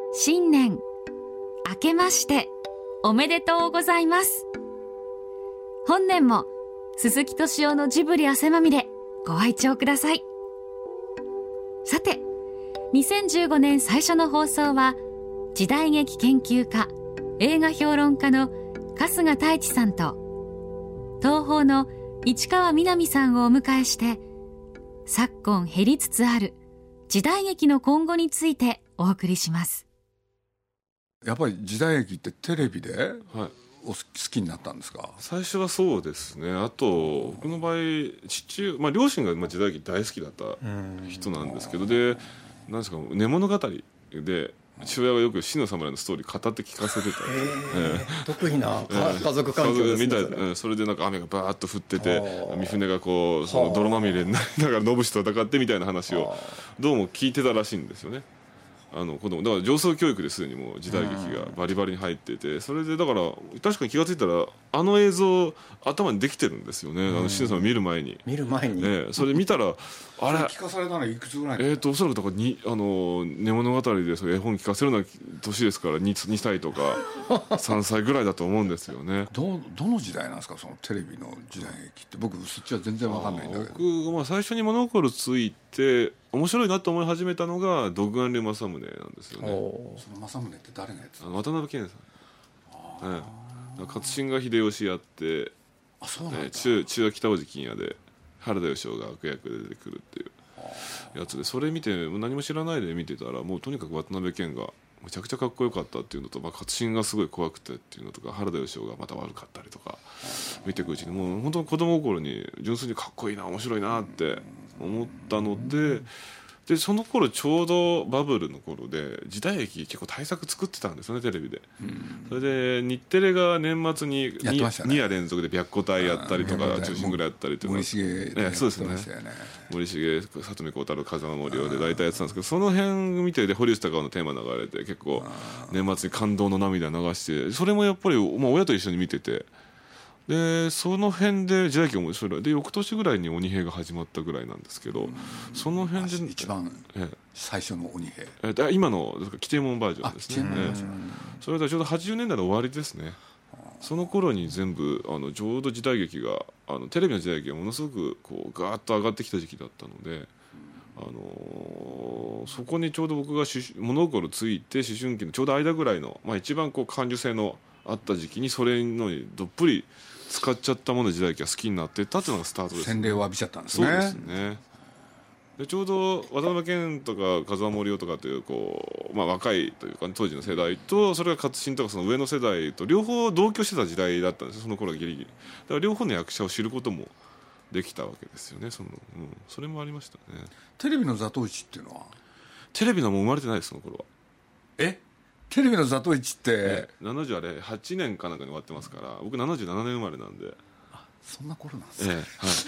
新年明けましておめでとうございます。本年も鈴木敏夫のジブリ汗まみれご愛聴ください。さて、2015年最初の放送は時代劇研究家、映画評論家の春日太一さんと東宝の市川みなみさんをお迎えして、昨今減りつつある時代劇の今後についてお送りします。 やっぱり時代劇ってテレビで好きになったんですか？ 最初はそうですね。あと僕の場合両親が時代劇大好きだった人なんですけど、でなんですか、寝物語で父親がよく死の侍のストーリー語って聞かせてた、 得意な家族関係ですね。 みたい、それでなんか雨がバーッと降ってて、三船がこうその泥まみれになりながら信氏と戦ってみたいな話をどうも聞いてたらしいんですよね。子供だから上層教育ですでにもう時代劇がバリバリに入ってて、それでだから確かに気がついたらあの映像頭にできてるんですよね。シンさんを見る前にそれ見たらあれ聞かされたのはいくつぐらい？ おそらくだから寝物語でそれ絵本聞かせるような年ですから 2歳とか3歳ぐらいだと思うんですよね。 どの時代なんですか、そのテレビの時代劇って。僕そっちは全然分かんないんだけど。 僕が最初に物心ついて面白いなと思い始めたのが独眼竜政宗なんですよね。 その政宗って誰のやつ？ 渡辺謙さん。勝新が秀吉やって、中は北大路欣也で原田芳雄が悪役で出てくるっていうやつで、それ見て何も知らないで見てたら、もうとにかく渡辺謙がめちゃくちゃかっこよかったっていうのと、勝新がすごい怖くてっていうのとか、原田芳雄がまた悪かったりとか見ていくうちに、もう本当に子供心に純粋にかっこいいな面白いなって思ったので、その頃ちょうどバブルの頃で時代劇結構大作作ってたんですよね、テレビで。それで日テレが年末に 2夜連続で白虎隊やったりとか忠臣蔵やったりとか、 森重そうですね、森重、里見孝太郎、風間森夫で大体やってたんですけど、その辺見てで堀内孝雄のテーマ流れて結構年末に感動の涙流して、それもやっぱり親と一緒に見てて、でその辺で時代劇面白いで、翌年ぐらいに鬼平が始まったぐらいなんですけど、その辺で一番最初の鬼平、 今の規定門バージョンですね。それでちょうど80年代の終わりですね。その頃に全部ちょうど時代劇がテレビの時代劇がものすごくこうガーッと上がってきた時期だったので、そこにちょうど僕が物心ついて思春期のちょうど間ぐらいの、一番こう感受性のあった時期にそれのにどっぷり使っちゃったもので時代劇が好きになっていったっていうのがスタートです、 洗礼を浴びちゃったんですね。 そうですね。でちょうど渡辺謙とか風間森夫とかという若いというか、当時の世代と、それが勝新とかその上の世代と両方同居してた時代だったんですよ、その頃はギリギリ。だから両方の役者を知ることもできたわけですよね。それもありましたね。 テレビの座頭市っていうのは？ テレビのもう生まれてないです、その頃は。 テレビの座頭市って 78年かなんかに終わってますから、僕77年生まれなんで。 そんな頃なんですね。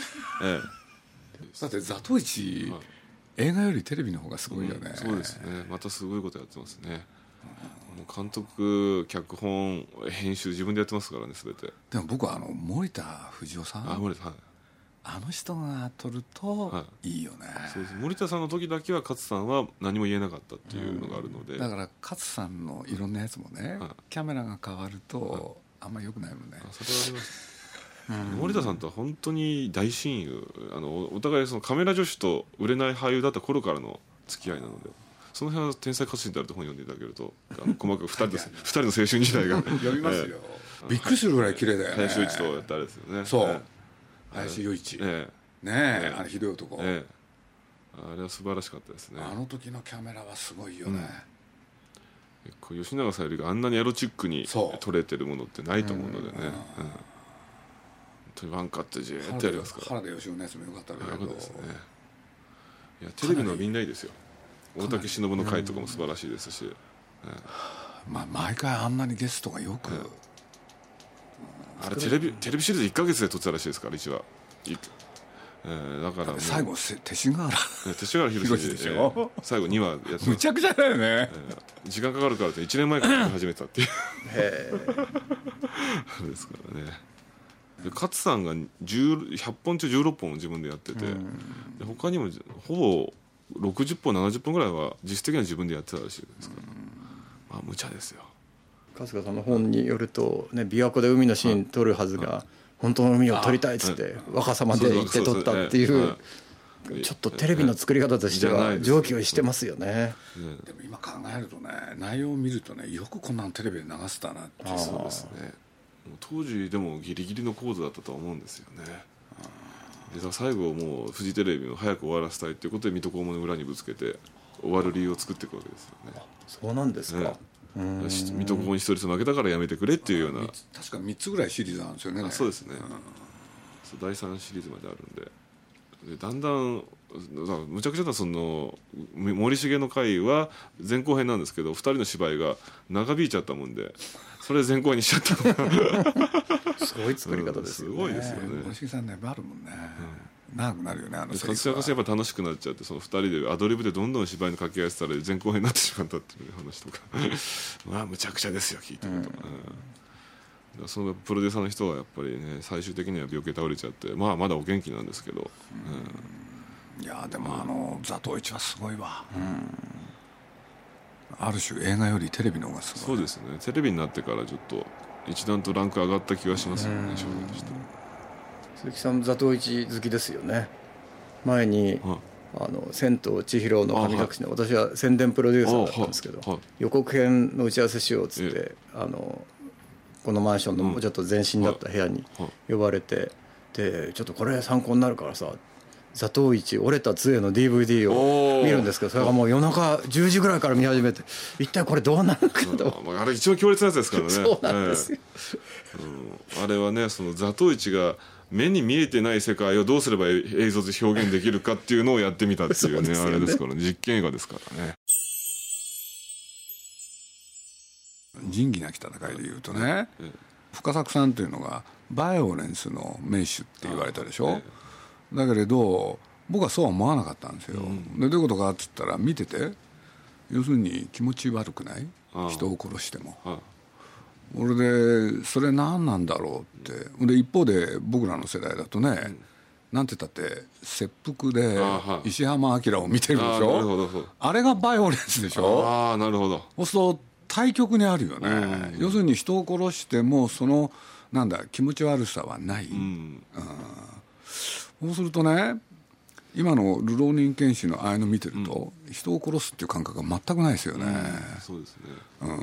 だって座頭市、映画よりテレビの方がすごいよね。 そうですね。またすごいことやってますね。監督、脚本、編集自分でやってますからね、全て。 でも僕は森田藤夫さん、あの人が撮るといいよね。 そうです。森田さんの時だけは勝さんは何も言えなかったっていうのがあるので、 だから勝さんのいろんなやつもね、キャメラが変わるとあんまり良くないもんね。 それはあります。森田さんとは本当に大親友、お互いそのカメラ女子と売れない俳優だった頃からの付き合いなので、その辺は天才歌手になると本読んでいただけると細かく2人の青春時代が読みますよ。びっくりするぐらい綺麗だよね。 林洋一とやったあれですよね。 そう、林洋一ねえ、ひどい男、 あれは素晴らしかったですね。 あの時のキャメラはすごいよね。 吉永小百合があんなにエロチックに撮れてるものってないと思うのでね。本当にワンカットジーってやりますから。 原田芳雄のやつもよかったけど。 ですね。いやテレビのみんないいですよ。大竹しのぶの回とかも素晴らしいですし、 毎回あんなにゲストがよく、 あれテレビシリーズ1ヶ月で撮ってたらしいですから、1話。だから最後勅使河原宏でしょ。最後2話やってむちゃくちゃだよね。 時間かかるからって1年前から始めたっていうですからね。で勝さんが100本中16本を自分でやってて、で他にもほぼ60本70本ぐらいは実質的には自分でやってたらしいですから、 無茶ですよ。 春日さんの本によると、ね、琵琶湖で海のシーン撮るはずが、本当の海を撮りたいっつって若さまで行って撮ったっていう、ちょっとテレビの作り方としては上気をしてますよね。 でも今考えるとね、内容を見るとね、よくこんなのテレビで流せたなって。 そうですね。当時でもギリギリの構図だったとは思うんですよね。で最後もうフジテレビを早く終わらせたいっていうことで水戸黄門の裏にぶつけて終わる理由を作っていくわけですよね。 そうなんですか。 水戸黄門に一人負けたからやめてくれっていうような。 確か3つぐらいシリーズなんですよね。 そうですね。第3シリーズまであるんで。だんだんむちゃくちゃなその森重の回は前後編なんですけど、2人の芝居が長引いちゃったもんでそれ前後編にしちゃったのがすごい作り方ですよね。 すごいですよね。 森重さんね、あるもんね、長くなるよね、あのセリフは。 活躍してやっぱ楽しくなっちゃって、その2人でアドリブでどんどん芝居の掛け合いしたら前後編になってしまったっていう話とかまあむちゃくちゃですよ、聞いてると。そのプロデューサーの人はやっぱりね、最終的には病気で倒れちゃって、まあまだお元気なんですけど、 いやでも座頭市はすごいわ。ある種映画よりテレビの方がすごい。 そうですね。テレビになってからちょっと一段とランク上がった気がしますよね、正直として。 鈴木さん座頭市好きですよね。前に、千と千尋の神隠しの、私は宣伝プロデューサーだったんですけど、予告編の打ち合わせしようっつって、このマンションのもうちょっと前身だった部屋に呼ばれて、でちょっとこれ参考になるからさ、座頭市折れた杖の DVD を見るんですけど、それがもう夜中10時ぐらいから見始めて、一体これどうなるのかと。 あれ一番強烈なやつですからね。 そうなんですよ、 あれはね、その座頭市が目に見えてない世界をどうすれば映像で表現できるかっていうのをやってみたっていうね、あれですからね、実験映画ですからね。 仁義なき戦いでいうとね、深作さんというのがバイオレンスの名手って言われたでしょ。だけれど僕はそうは思わなかったんですよ。でどういうことかって言ったら、見てて要するに気持ち悪くない、人を殺しても。俺でそれ何なんだろうって。で一方で僕らの世代だとね、なんて言ったって切腹で石浜明を見てるでしょ。あれがバイオレンスでしょ。 ああ、なるほど。 そうすると対極にあるよね。要するに人を殺してもそのなんだ気持ち悪さはない。そうするとね、今の流浪人剣士のああいうの見てると、人を殺すっていう感覚が全くないですよね。 そうですね。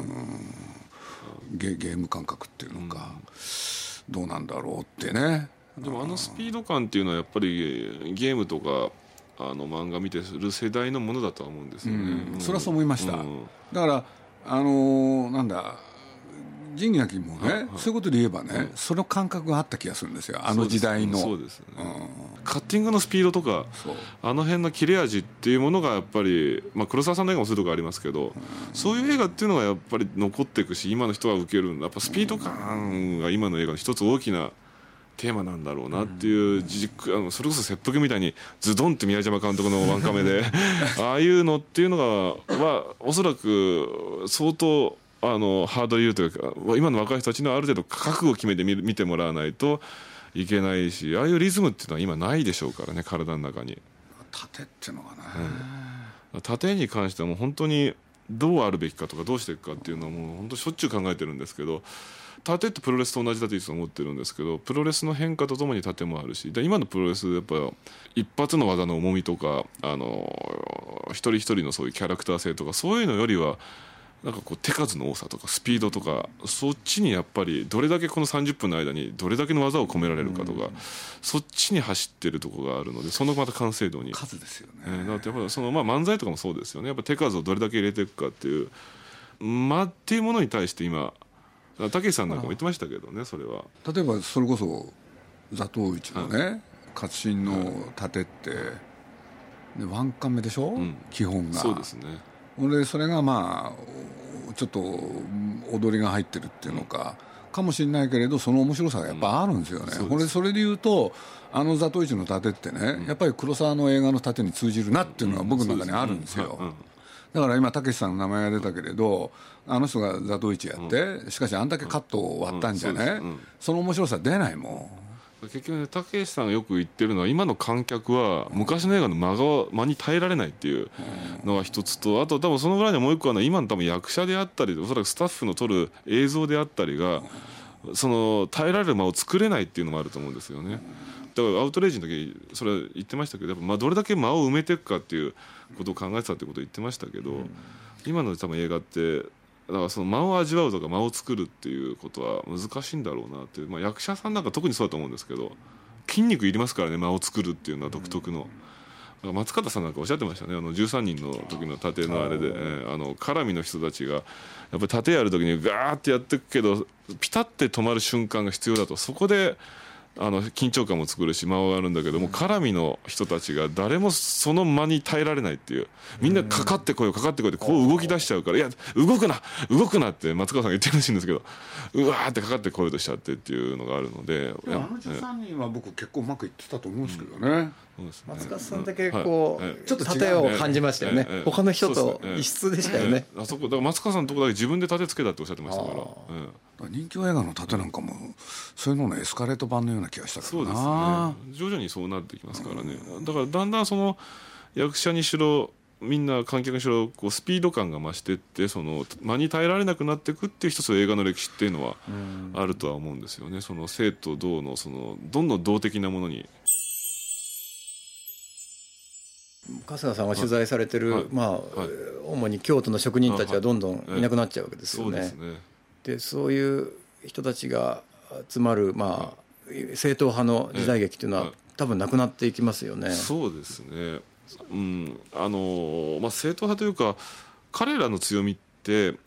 ゲーム感覚っていうのか、どうなんだろうってね。 でもスピード感っていうのはやっぱりゲームとか漫画見てる世代のものだとは思うんですよね。 それはそう思いました。だからなんだ仁義なきもね、そういうことで言えばね、その感覚があった気がするんですよ、あの時代の。 そうですね。カッティングのスピードとかあの辺の切れ味っていうものがやっぱり、黒沢さんの映画もそういうところありますけど、そういう映画っていうのがやっぱり残っていくし、今の人は受けるんだ。やっぱスピード感が今の映画の一つ大きなテーマなんだろうなっていう、それこそ切腹みたいにズドンって宮島監督のワンカメでああいうのっていうのはおそらく相当ハードル言うというか、今の若い人たちのある程度覚悟を決めて見てもらわないといけないし、ああいうリズムっていうのは今ないでしょうからね、体の中に。 盾っていうのがね、 盾に関してはもう本当にどうあるべきかとかどうしていくかっていうのはもう本当しょっちゅう考えてるんですけど、盾ってプロレスと同じだといつも思ってるんですけど、プロレスの変化とともに盾もあるし、で今のプロレスやっぱ一発の技の重みとか一人一人のそういうキャラクター性とか、そういうのよりはなんかこう手数の多さとかスピードとか、そっちにやっぱりどれだけこの30分の間にどれだけの技を込められるかとか、そっちに走ってるところがあるので、そのまた完成度に数ですよね。 だってやっぱりその漫才とかもそうですよね。やっぱ手数をどれだけ入れていくかっていうっていうものに対して今たけしさんなんかも言ってましたけどね、それは例えばそれこそ座頭市のね、活心の盾ってワンカメでしょ、基本が。 そうですね。 でそれがちょっと踊りが入ってるっていうのかもしれないけれど、その面白さがやっぱあるんですよね。それで言うと座頭市の盾ってね、やっぱり黒沢の映画の盾に通じるなっていうのが僕の中にあるんですよ。だから今たけしさんの名前が出たけれど、あの人が座頭市やって、しかしあんだけカットを割ったんじゃね、その面白さ出ないもん。 結局ね、たけしさんがよく言ってるのは、今の観客は昔の映画の間に耐えられないっていうのが一つと、あと多分そのぐらいにはもう一個はね、今の多分役者であったり、おそらくスタッフの撮る映像であったりが、その耐えられる間を作れないっていうのもあると思うんですよね。だからアウトレイジの時それは言ってましたけど、やっぱどれだけ間を埋めていくかっていうことを考えてたってことを言ってましたけど、今の多分映画ってだからその間を味わうとか間を作るっていうことは難しいんだろうなって、役者さんなんか特にそうだと思うんですけど、筋肉いりますからね、間を作るっていうのは独特の。松方さんなんかおっしゃってましたね、13人の時の盾のあれで、絡みの人たちがやっぱり盾やる時にガーってやっていくけど、ピタッて止まる瞬間が必要だと、そこで緊張感も作るし間があるんだけども、絡みの人たちが誰もその間に耐えられないっていう、みんなかかってこいよかかってこいってこう動き出しちゃうから、いや動くなって松川さんが言ってるらしいんですけど、うわーってかかってこようとしちゃってっていうのがあるので、 13人は僕結構うまくいってたと思うんですけどね。 松川さんだけこうちょっと盾を感じましたよね。他の人と異質でしたよね。 あそこだから松川さんのところだけ自分で盾つけたっておっしゃってましたから。 人気映画の盾なんかもそういうののエスカレート版のような気がしたからな。 そうですね、徐々にそうなってきますからね。だからだんだんその役者にしろみんな観客にしろこうスピード感が増していって、その間に耐えられなくなっていくっていう一つの映画の歴史っていうのはあるとは思うんですよね。その生と動のそのどんどん動的なものに。 春日さんが取材されてる、主に京都の職人たちはどんどんいなくなっちゃうわけですよね。そういう人たちが集まる、正統派の時代劇っていうのは、多分なくなっていきますよね。 そうですね、正統派というか彼らの強みってよ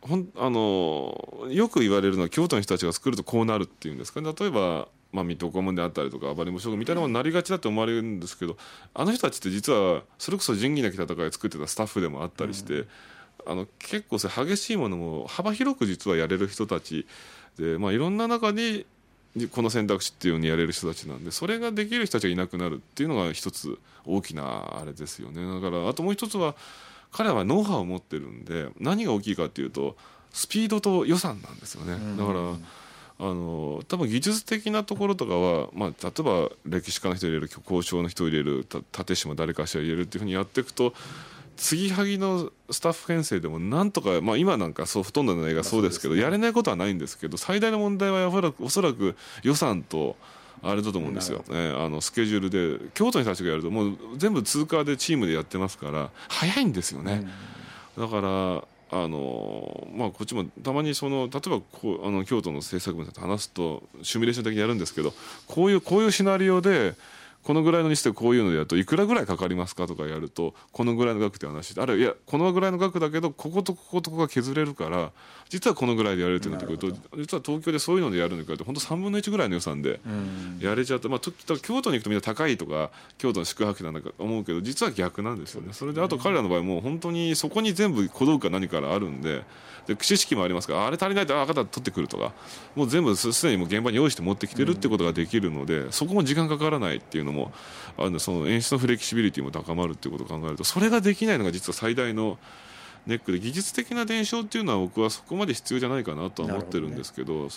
く言われるのは、京都の人たちが作るとこうなるっていうんですかね。例えば水戸黄門であったりとか暴れん坊将軍みたいなものになりがちだと思われるんですけど、あの人たちって実はそれこそ仁義なき戦いを作ってたスタッフでもあったりして、結構それ激しいものも幅広く実はやれる人たちで、いろんな中にこの選択肢っていうようにやれる人たちなんで、それができる人たちがいなくなるっていうのが一つ大きなあれですよね。だからあともう一つは、彼らはノウハウを持ってるんで、何が大きいかっていうとスピードと予算なんですよね。だから多分技術的なところとかは、例えば歴史家の人を入れる、交渉の人を入れる、立石も誰かしら入れるっていうふうにやっていくと、継ぎはぎのスタッフ編成でもなんとか、今なんかほとんどの映画そうですけど、やれないことはないんですけど、最大の問題はおそらく予算とあれだと思うんですよ、スケジュールで。京都の人たちがやるともう全部通過でチームでやってますから早いんですよね。だからこっちもたまに例えば京都の制作部と話すとシミュレーション的にやるんですけど、こういうシナリオでこのぐらいの日数でこういうのでやるといくらぐらいかかりますかとかやると、このぐらいの額って話で、あるいはこのぐらいの額だけどこことこことここが削れるから実はこのぐらいでやれるってなってくると、実は東京でそういうのでやるのかって本当3分の1ぐらいの予算でやれちゃって、京都に行くとみんな高いとか京都の宿泊費なんだか思うけど、実は逆なんですよね。それであと彼らの場合もう本当にそこに全部小道具か何からあるんで、知識もありますから、あれ足りないと赤だ取ってくるとか、もう全部すでにもう現場に用意して持ってきてるってことができるので、そこも時間かからないっていうのもその演出のフレキシビリティも高まるっていうことを考えると、それができないのが実は最大のネックで、技術的な伝承っていうのは僕はそこまで必要じゃないかなとは思ってるんですけど、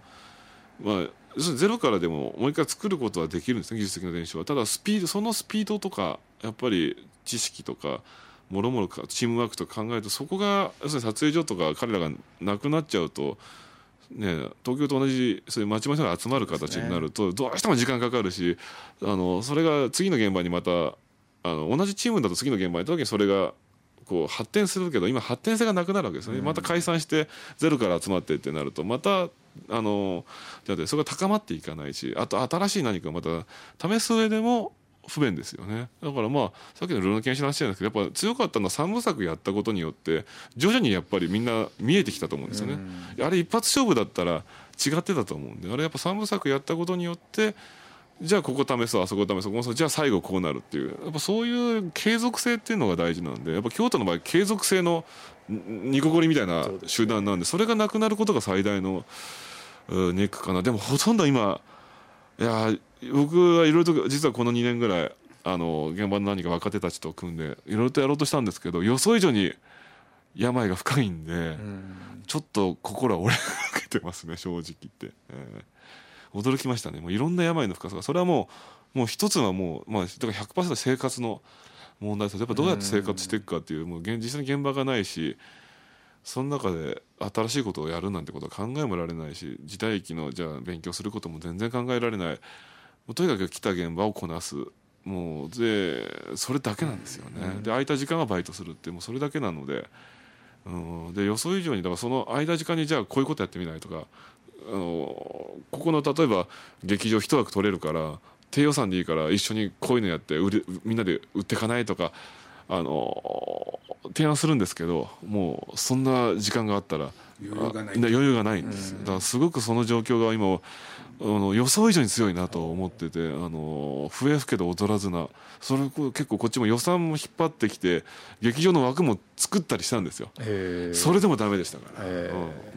ゼロからでももう一回作ることはできるんですね、技術的な伝承は。ただそのスピードとかやっぱり知識とかもろもろチームワークとか考えると、そこが要するに撮影所とか彼らがなくなっちゃうと、東京と同じそういう町々が集まる形になるとどうしても時間かかるし、それが次の現場にまた同じチームだと次の現場に行った時にそれがこう発展するけど、今発展性がなくなるわけですね。また解散してゼロから集まってってなると、またそれが高まっていかないし、あと新しい何かをまた試す上でも不便ですよね。だからさっきのルローナケンシの話じゃないですけど、やっぱ強かったのは3部作やったことによって徐々にやっぱりみんな見えてきたと思うんですよね。あれ一発勝負だったら違ってたと思うんで、あれやっぱ3部作やったことによって、じゃあここ試そう、あそこ試そう、じゃあ最後こうなるっていう、やっぱそういう継続性っていうのが大事なんで、やっぱ京都の場合継続性のニコゴリみたいな集団なんで、それがなくなることが最大のネックかな。でもほとんど今、いや僕はいろいろと実はこの2年ぐらい現場の何か若手たちと組んでいろいろとやろうとしたんですけど、予想以上に病が深いんで、ちょっと心は折れかけてますね、正直言って。 驚きましたね。もういろんな病の深さが、それはもう一つはもう、だから 100% 生活の問題です。やっぱどうやって生活していくかっていう、もう実際に現場がないし、その中で新しいことをやるなんてことは考えもられないし、時代劇のじゃあ勉強することも全然考えられない。もうとにかく来た現場をこなす、もうでそれだけなんですよね。で空いた時間はバイトするって、もうそれだけなので、で予想以上に、だからその空いた時間にじゃあこういうことやってみないとか、ここの例えば劇場一枠取れるから低予算でいいから一緒にこういうのやってみんなで売っていかないとか提案するんですけど、もうそんな時間があったら余裕がないんです。だからすごくその状況が今予想以上に強いなと思ってて、笛吹けど踊らずな、それ結構こっちも予算も引っ張ってきて劇場の枠も作ったりしたんですよ。それでもダメでしたから、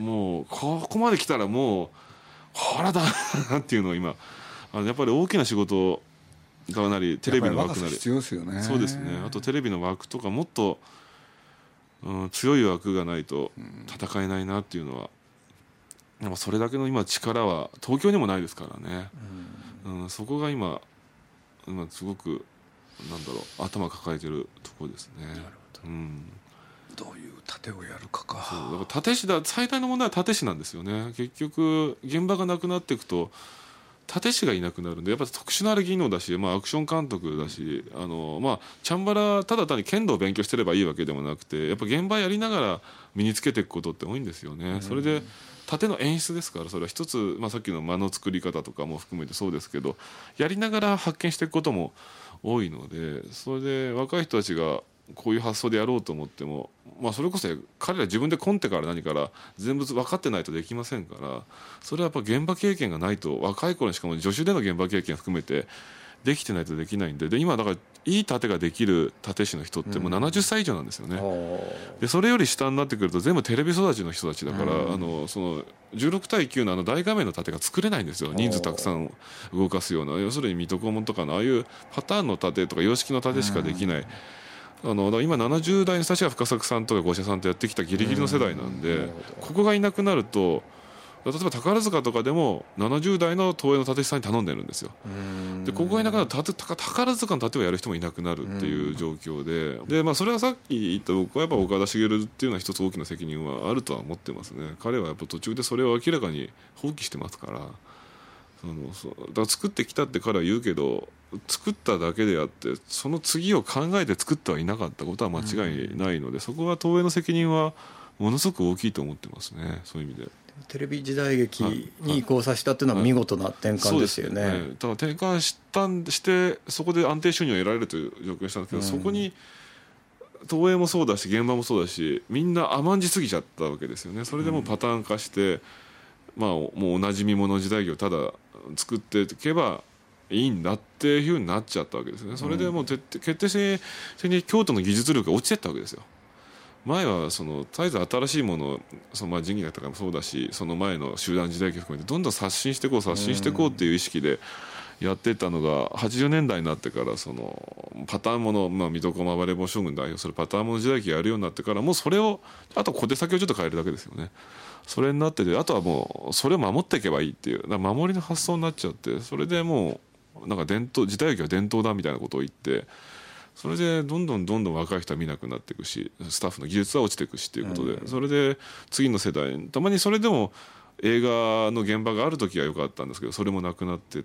もうここまで来たらもうこれだなっていうのを今やっぱり大きな仕事がなり、テレビの枠なり必要ですよね。 そうですね。あとテレビの枠とかもっと、強い枠がないと戦えないなっていうのは、でもそれだけの今力は東京にもないですからね、そこが今すごく頭抱えてるところですね。なるほど、どういう盾をやるかか。 そうだから盾師だ、最大の問題は盾師なんですよね。結局現場がなくなっていくと盾師がいなくなるんで、やっぱり特殊なある技能だし、アクション監督だし、チャンバラただ単に剣道を勉強してればいいわけでもなくて、やっぱ現場やりながら身につけていくことって多いんですよね。それで盾の演出ですから、それは一つ、さっきの間の作り方とかも含めてそうですけど、やりながら発見していくことも多いので、それで若い人たちがこういう発想でやろうと思っても、それこそ彼ら自分でコンテから何から全部分かってないとできませんから、それはやっぱ現場経験がないと、若い頃にしかも助手での現場経験含めてできてないとできないんで、今だからいい盾ができる盾師の人ってもう70歳以上なんですよね。でそれより下になってくると全部テレビ育ちの人たちだから、その16対9の大画面の盾が作れないんですよ。人数たくさん動かすような、要するに水戸黄門とかのああいうパターンの盾とか様式の盾しかできない。今70代の人たちが深作さんとか五社さんとやってきたギリギリの世代なんで、ここがいなくなると、例えば宝塚とかでも70代の東映の盾師さんに頼んでるんですよ。でここがいなくなると宝塚の盾をやる人もいなくなるっていう状況で、それはさっき言った、僕はやっぱ岡田茂っていうのは一つ大きな責任はあるとは思ってますね。彼はやっぱ途中でそれを明らかに放棄してますから、だから作ってきたって彼は言うけど、作っただけであってその次を考えて作ってはいなかったことは間違いないので、そこは東映の責任はものすごく大きいと思ってますね。そういう意味でテレビ時代劇に移行させたっていうのは見事な転換ですよね。 だから転換してそこで安定収入を得られるという状況にしたんですけど、そこに東映もそうだし現場もそうだし、みんな甘んじすぎちゃったわけですよね。それでもうパターン化して、もうおなじみもの時代劇をただ作っていけばいいんだっていうふうになっちゃったわけですね。それでもう決定性に京都の技術力が落ちていったわけですよ。前は絶えず新しいものを仁義とかもそうだし、その前の集団時代劇含めてどんどん刷新していこうっていう意識でやっていったのが、80年代になってからそのパターンもの、水戸黄門暴れん坊将軍代表するパターンもの時代劇やるようになってから、もうそれをあと小手先をちょっと変えるだけですよね。それになってて、あとはもうそれを守っていけばいいっていう、守りの発想になっちゃって、それでもう時代劇は伝統だみたいなことを言って、それでどんどん若い人は見なくなっていくし、スタッフの技術は落ちていくしっていうことで、それで次の世代、たまにそれでも映画の現場がある時は良かったんですけど、それもなくなっていって、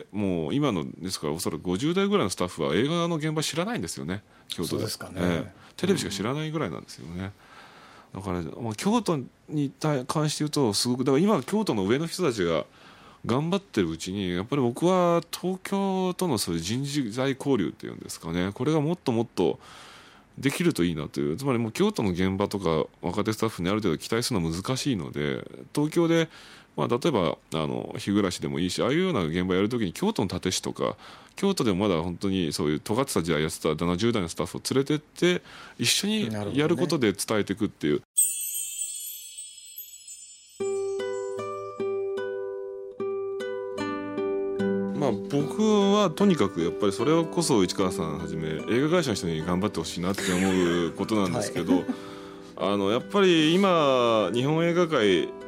もう今のですからおそらく50代ぐらいのスタッフは映画の現場知らないんですよね、京都で。 そうですかね。 テレビしか知らないぐらいなんですよね。だから、京都に関して言うとすごく、だから今京都の上の人たちが頑張ってるうちに、やっぱり僕は東京とのそういう人材交流っていうんですかね、これがもっともっとできるといいなという。つまりもう京都の現場とか若手スタッフにある程度期待するのは難しいので、東京で、例えば日暮でもいいし、ああいうような現場やるときに京都の立師とか、京都でもまだ本当にそういう尖ってた時代やってた70代のスタッフを連れてって一緒にやることで伝えていくっていう。僕はとにかくやっぱりそれこそ市川さんはじめ映画会社の人に頑張ってほしいなって思うことなんですけど、やっぱり今日本映画界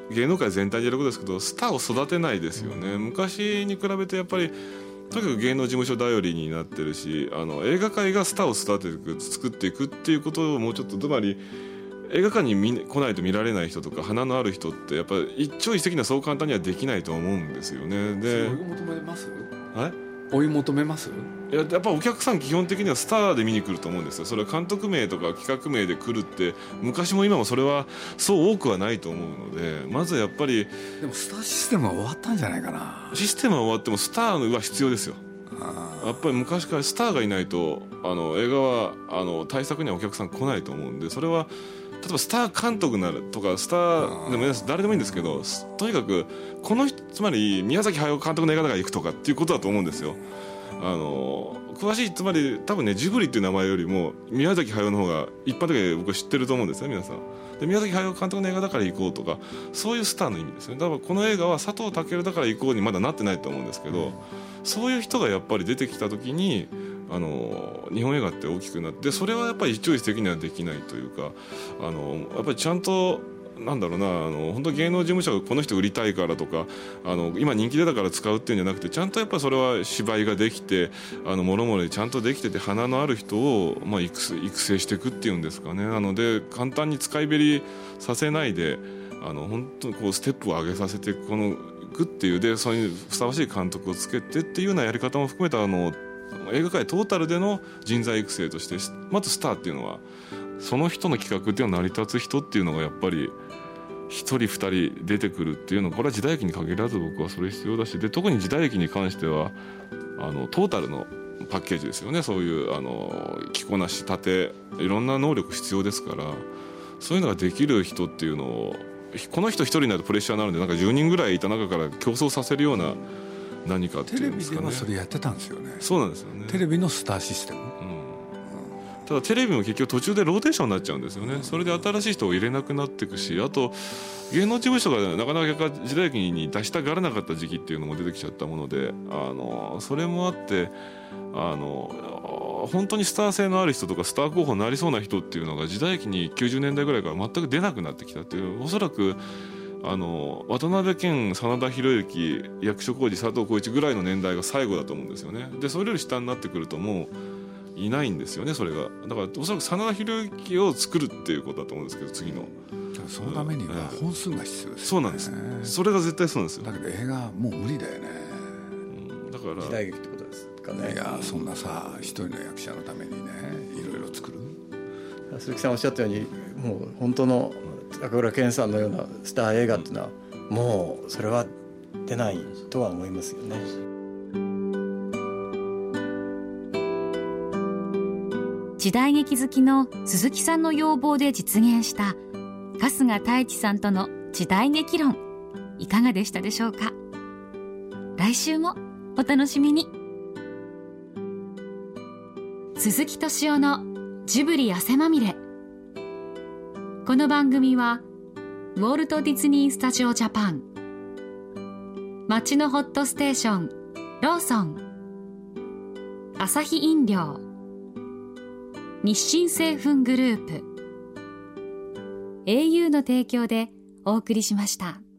芸能界全体でやることですけど、スターを育てないですよね。昔に比べてやっぱりとにかく芸能事務所頼りになってるし、映画界がスターを育てていく、作っていくっていうことをもうちょっと、つまり映画館に来ないと見られない人とか花のある人ってやっぱり一朝一夕にはそう簡単にはできないと思うんですよね。で、 追い求めます？ はい、 追い求めます？ やっぱお客さん基本的にはスターで見に来ると思うんですよ。それは監督名とか企画名で来るって昔も今もそれはそう多くはないと思うので、まずやっぱりでもスターシステムは終わったんじゃないかな。 システムは終わってもスターは必要ですよ。やっぱり昔からスターがいないと映画は大作にはお客さん来ないと思うんで、それは例えばスター監督になるとかスターでも誰でもいいんですけど、とにかくこの人、つまり宮崎駿監督の映画だから行くとかっていうことだと思うんですよ。詳しい、つまり多分ね、ジブリっていう名前よりも宮崎駿の方が一般的に僕は知ってると思うんですね、皆さん。で、宮崎駿監督の映画だから行こうとか、そういうスターの意味ですね。だからこの映画は佐藤健だから行こうにまだなってないと思うんですけど、そういう人がやっぱり出てきた時に日本映画って大きくなって、それはやっぱり一朝一夕にはできないというか、やっぱりちゃんとなんだろうな、本当芸能事務所がこの人売りたいからとか今人気出たから使うっていうんじゃなくて、ちゃんとやっぱりそれは芝居ができてもろもろでちゃんとできてて花のある人を、育成していくっていうんですかね。なので簡単に使いべりさせないで本当にこうステップを上げさせてこのくっていうで、そういうふさわしい監督をつけてっていうようなやり方も含めた映画界トータルでの人材育成として、まずスターっていうのはその人の企画っていうのが成り立つ人っていうのがやっぱり1人2人出てくるっていうのは、これは時代劇に限らず僕はそれ必要だし、で特に時代劇に関してはトータルのパッケージですよね。そういう着こなし立ていろんな能力必要ですから、そういうのができる人っていうのを、この人1人になるとプレッシャーになるんで、なんか10人ぐらいいた中から競争させるような何かっていうんですかね。 テレビでもそれやってたんですよね。 そうなんですよね。 テレビのスターシステム、 ただテレビも結局途中でローテーションになっちゃうんですよね。それで新しい人を入れなくなっていくし、あと芸能事務所がなかなか時代劇に出したがらなかった時期っていうのも出てきちゃったもので、それもあって本当にスター性のある人とかスター候補になりそうな人っていうのが時代劇に90年代ぐらいから全く出なくなってきたっていう、おそらく渡辺謙、真田広之、役所広司、佐藤浩市ぐらいの年代が最後だと思うんですよね。でそれより下になってくるともういないんですよね、それが。だからおそらく真田広之を作るっていうことだと思うんですけど、次のそのためには本数が必要ですよね。 そうなんです。それが絶対そうなんですよ。 だけど映画もう無理だよね、 だから時代劇ってことですかね。 いやそんなさ一人の役者のためにねいろいろ作る。 鈴木さんおっしゃったように、もう本当の高倉健さんのようなスター映画っていうのは、もうそれは出ないとは思いますよね。 時代劇好きの鈴木さんの要望で実現した春日太一さんとの時代劇論、いかがでしたでしょうか。来週もお楽しみに。鈴木敏夫のジブリ汗まみれ。この番組はウォルト・ディズニー・スタジオ・ジャパン、街のホットステーションローソン、アサヒ飲料、日清製粉グループ、au の提供でお送りしました。